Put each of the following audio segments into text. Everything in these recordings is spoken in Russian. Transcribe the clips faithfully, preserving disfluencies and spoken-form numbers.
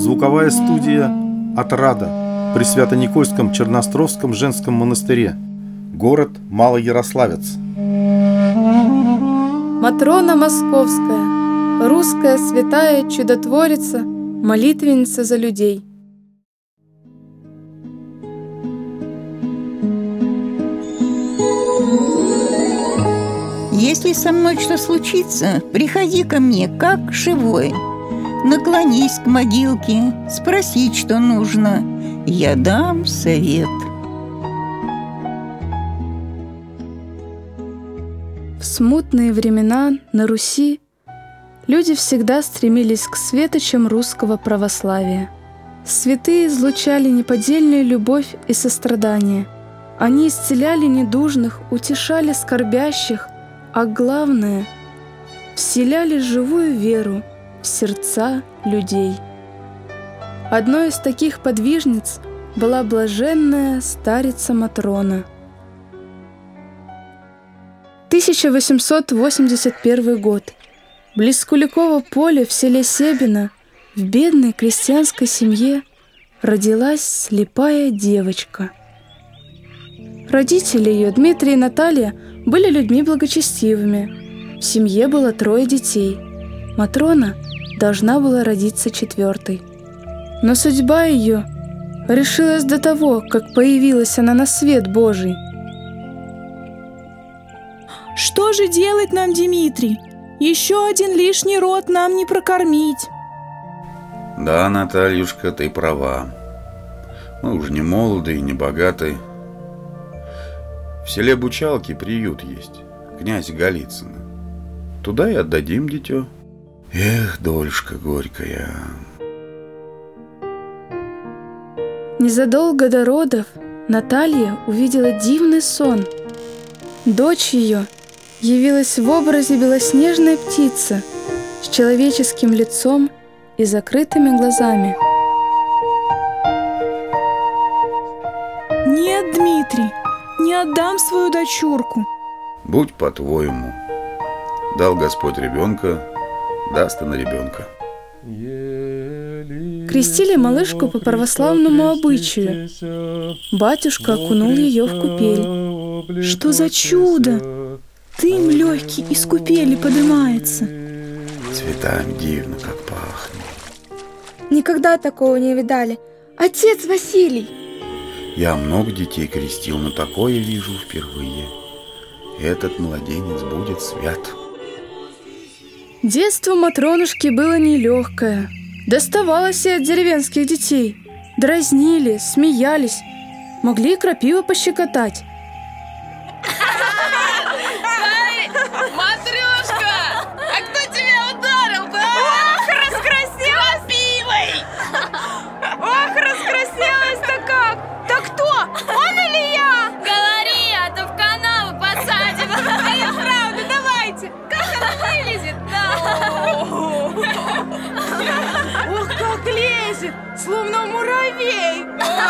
Звуковая студия «Отрада» при Свято-Никольском Черноостровском женском монастыре. Город Малоярославец. Матрона Московская, русская святая чудотворица, молитвенница за людей. Если со мной что случится, приходи ко мне, как живой. Наклонись к могилке, спроси, что нужно. Я дам совет. В смутные времена на Руси люди всегда стремились к светочам русского православия. Святые излучали неподдельную любовь и сострадание. Они исцеляли недужных, утешали скорбящих, а главное — вселяли живую веру в сердца людей. Одной из таких подвижниц была блаженная старица Матрона. тысяча восемьсот восемьдесят первый год. Близ Куликова поля в селе Себино в бедной крестьянской семье родилась слепая девочка. Родители ее, Дмитрий и Наталья, были людьми благочестивыми. В семье было трое детей. Матрона должна была родиться четвертой. Но судьба ее решилась до того, как появилась она на свет Божий. Что же делать нам, Дмитрий? Еще один лишний род нам не прокормить. Да, Натальюшка, ты права. Мы уж не молоды и не богаты. В селе Бучалки приют есть, князь Голицына. Туда и отдадим дитё. Эх, долюшка горькая. Незадолго до родов Наталья увидела дивный сон. Дочь ее явилась в образе белоснежной птицы с человеческим лицом и закрытыми глазами. Нет, Дмитрий, не отдам свою дочурку. Будь по-твоему. Дал Господь ребенка, даст и на ребенка. Крестили малышку по православному обычаю. Батюшка окунул ее в купель. Что за чудо! Дым легкий из купели подымается. Цветами дивно как пахнет. Никогда такого не видали. Отец Василий! Я много детей крестил, но такое вижу впервые. Этот младенец будет свят. Детство Матронушки было нелегкое. Доставалось и от деревенских детей. Дразнили, смеялись, могли и крапиву пощекотать. Матрюшка! А кто тебя ударил, да? Ох, раскрасилась! Крапивой! Ох, раскрасилась-то как! Да кто? Он или я? Говори, а то в канаву посадим. А я правда, давайте! Как она вылезет? Ох, как лезет! Словно муравей!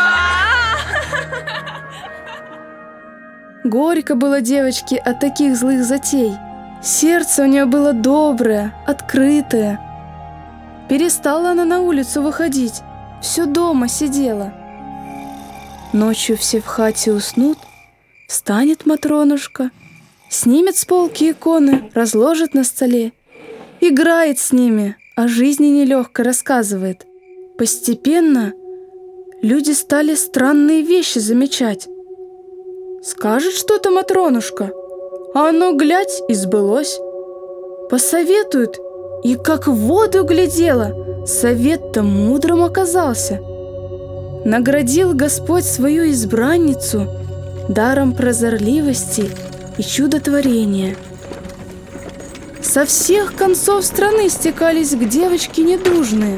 Горько было девочке от таких злых затей. Сердце у нее было доброе, открытое. Перестала она на улицу выходить, все дома сидела. Ночью все в хате уснут, встанет Матронушка, снимет с полки иконы, разложит на столе, играет с ними, о жизни нелегко рассказывает. Постепенно люди стали странные вещи замечать. Скажет что-то Матронушка, а оно, глядь, и сбылось. Посоветует, и как в воду глядела, совет-то мудрым оказался. Наградил Господь свою избранницу даром прозорливости и чудотворения. Со всех концов страны стекались к девочке недужные.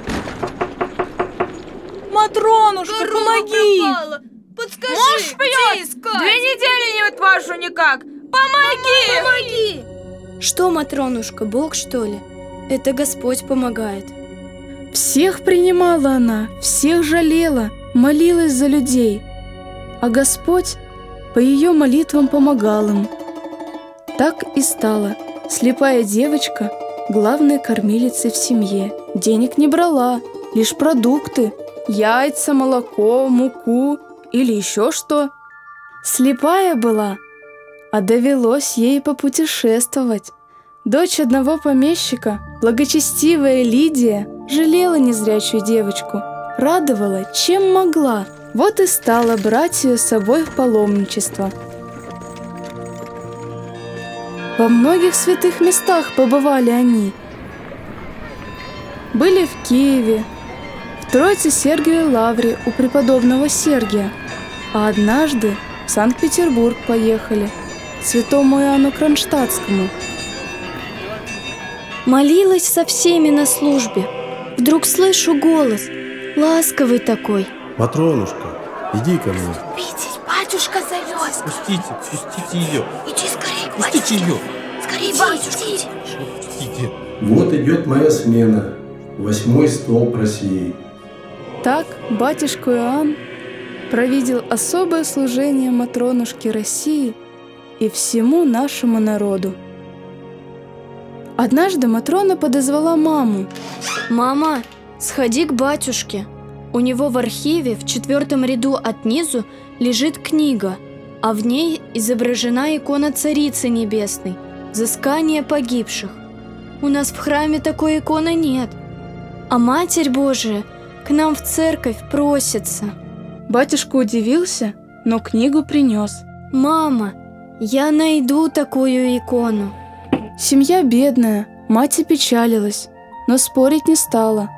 Матронушка, Корова помоги! пропала. Подскажи, Муж где пьет! искать? Две недели не отвожу никак! Помоги! Помоги! Что, Матронушка, Бог, что ли? Это Господь помогает. Всех принимала она, всех жалела, молилась за людей. А Господь по ее молитвам помогал им. Так и стала слепая девочка главной кормилицей в семье. Денег не брала, лишь продукты – яйца, молоко, муку или еще что. Слепая была, а довелось ей попутешествовать. Дочь одного помещика, благочестивая Лидия, жалела незрячую девочку, радовала, чем могла. Вот и стала брать ее с собой в паломничество. Во многих святых местах побывали они. Были в Киеве, в Троице-Сергиевой лавре у преподобного Сергия, а однажды в Санкт-Петербург поехали, к святому Иоанну Кронштадтскому. Молилась со всеми на службе. Вдруг слышу голос, ласковый такой. Матронушка, иди ко мне. Видеть, батюшка зовет. Пустите, пустите ее. Иди скорее, Пустите ее. Скорее, батюшка. Пустите. Вот идет моя смена. Восьмой столб России. Так батюшка Иоанн провидел особое служение Матронушки России и всему нашему народу. Однажды Матрона подозвала маму. «Мама, сходи к батюшке. У него в архиве в четвертом ряду от низу лежит книга, а в ней изображена икона Царицы Небесной, взыскание погибших. У нас в храме такой иконы нет, а Матерь Божия к нам в церковь просится». Батюшка удивился, но книгу принес. «Мама, я найду такую икону». Семья бедная, мать опечалилась, но спорить не стала.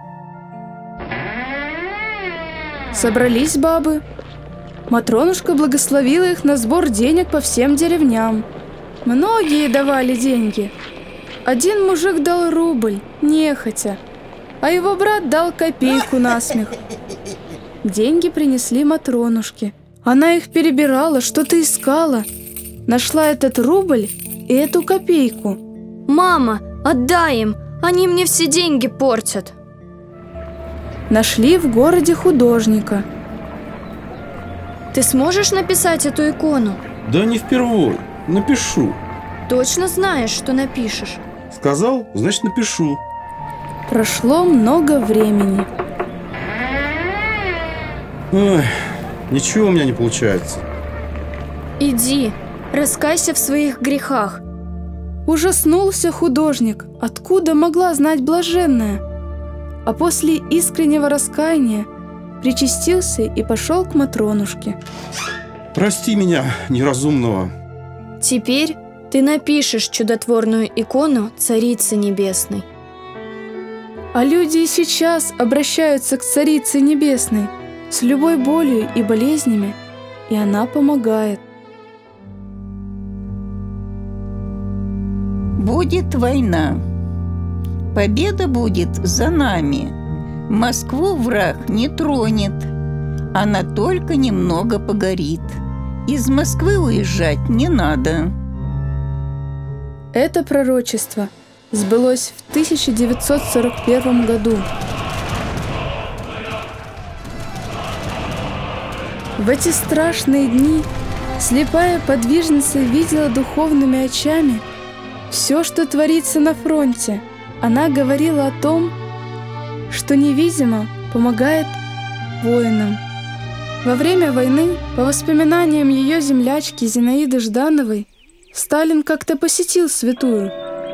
Собрались бабы. Матронушка благословила их на сбор денег по всем деревням. Многие давали деньги. Один мужик дал рубль, нехотя, а его брат дал копейку насмех. Деньги принесли Матронушке. Она их перебирала, что-то искала. Нашла этот рубль и эту копейку. «Мама, отдай им, они мне все деньги портят». Нашли в городе художника. «Ты сможешь написать эту икону?» Да не впервой, напишу. «Точно знаешь, что напишешь?» Сказал, значит напишу. Прошло много времени. Ой, ничего у меня не получается. «Иди, раскайся в своих грехах». Ужаснулся художник, откуда могла знать блаженная. А после искреннего раскаяния причастился и пошел к Матронушке. Прости меня, неразумного. Теперь ты напишешь чудотворную икону Царицы Небесной. А люди и сейчас обращаются к Царице Небесной с любой болью и болезнями, и она помогает. Будет война. Победа будет за нами. Москву враг не тронет. Она только немного погорит. Из Москвы уезжать не надо. Это пророчество сбылось в тысяча девятьсот сорок первом году. В эти страшные дни слепая подвижница видела духовными очами все, что творится на фронте. Она говорила о том, что невидимо помогает воинам. Во время войны, по воспоминаниям ее землячки Зинаиды Ждановой, Сталин как-то посетил святую.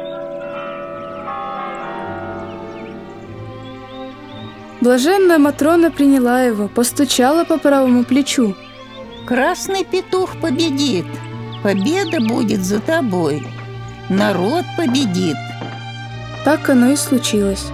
Блаженная Матрона приняла его, постучала по правому плечу. Красный петух победит. Победа будет за тобой. Народ победит. Так оно и случилось.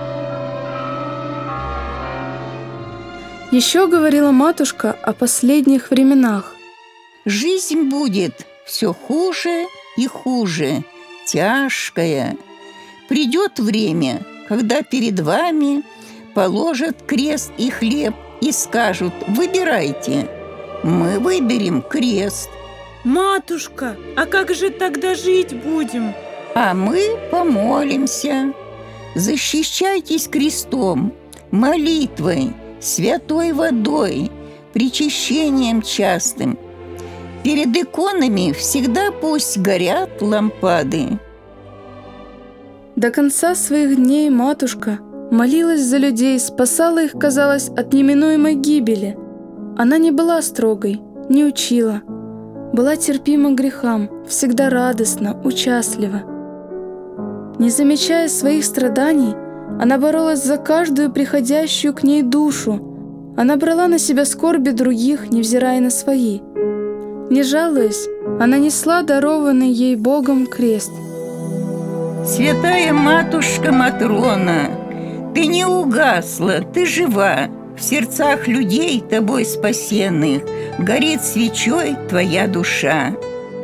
Еще говорила матушка о последних временах. Жизнь будет все хуже и хуже, тяжкая. Придет время, когда перед вами положат крест и хлеб и скажут: выбирайте. Мы выберем крест. Матушка, а как же тогда жить будем? А мы помолимся. Защищайтесь крестом, молитвой, святой водой, причащением частым. Перед иконами всегда пусть горят лампады. До конца своих дней матушка Молилась за людей, спасала их, казалось, от неминуемой гибели. Она не была строгой, не учила. Была терпима к грехам, всегда радостна, участлива. Не замечая своих страданий, она боролась за каждую приходящую к ней душу. Она брала на себя скорби других, невзирая на свои. Не жалуясь, она несла дарованный ей Богом крест. Святая матушка Матрона, ты не угасла, ты жива. В сердцах людей, тобой спасенных, горит свечой твоя душа.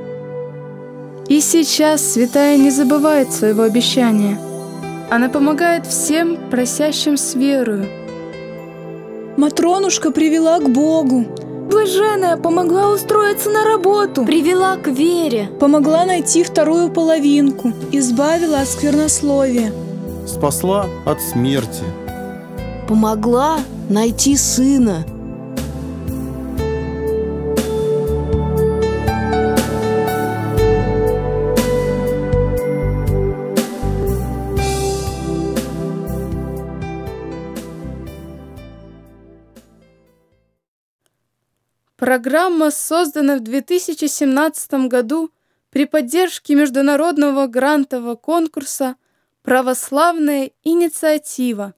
И сейчас святая не забывает своего обещания. Она помогает всем, просящим с верою. Матронушка привела к Богу. Блаженная помогла устроиться на работу. Привела к вере. Помогла найти вторую половинку. Избавила от сквернословия. Спасла от смерти. Помогла найти сына. Программа создана в две тысячи семнадцатом году при поддержке международного грантового конкурса «Православная инициатива».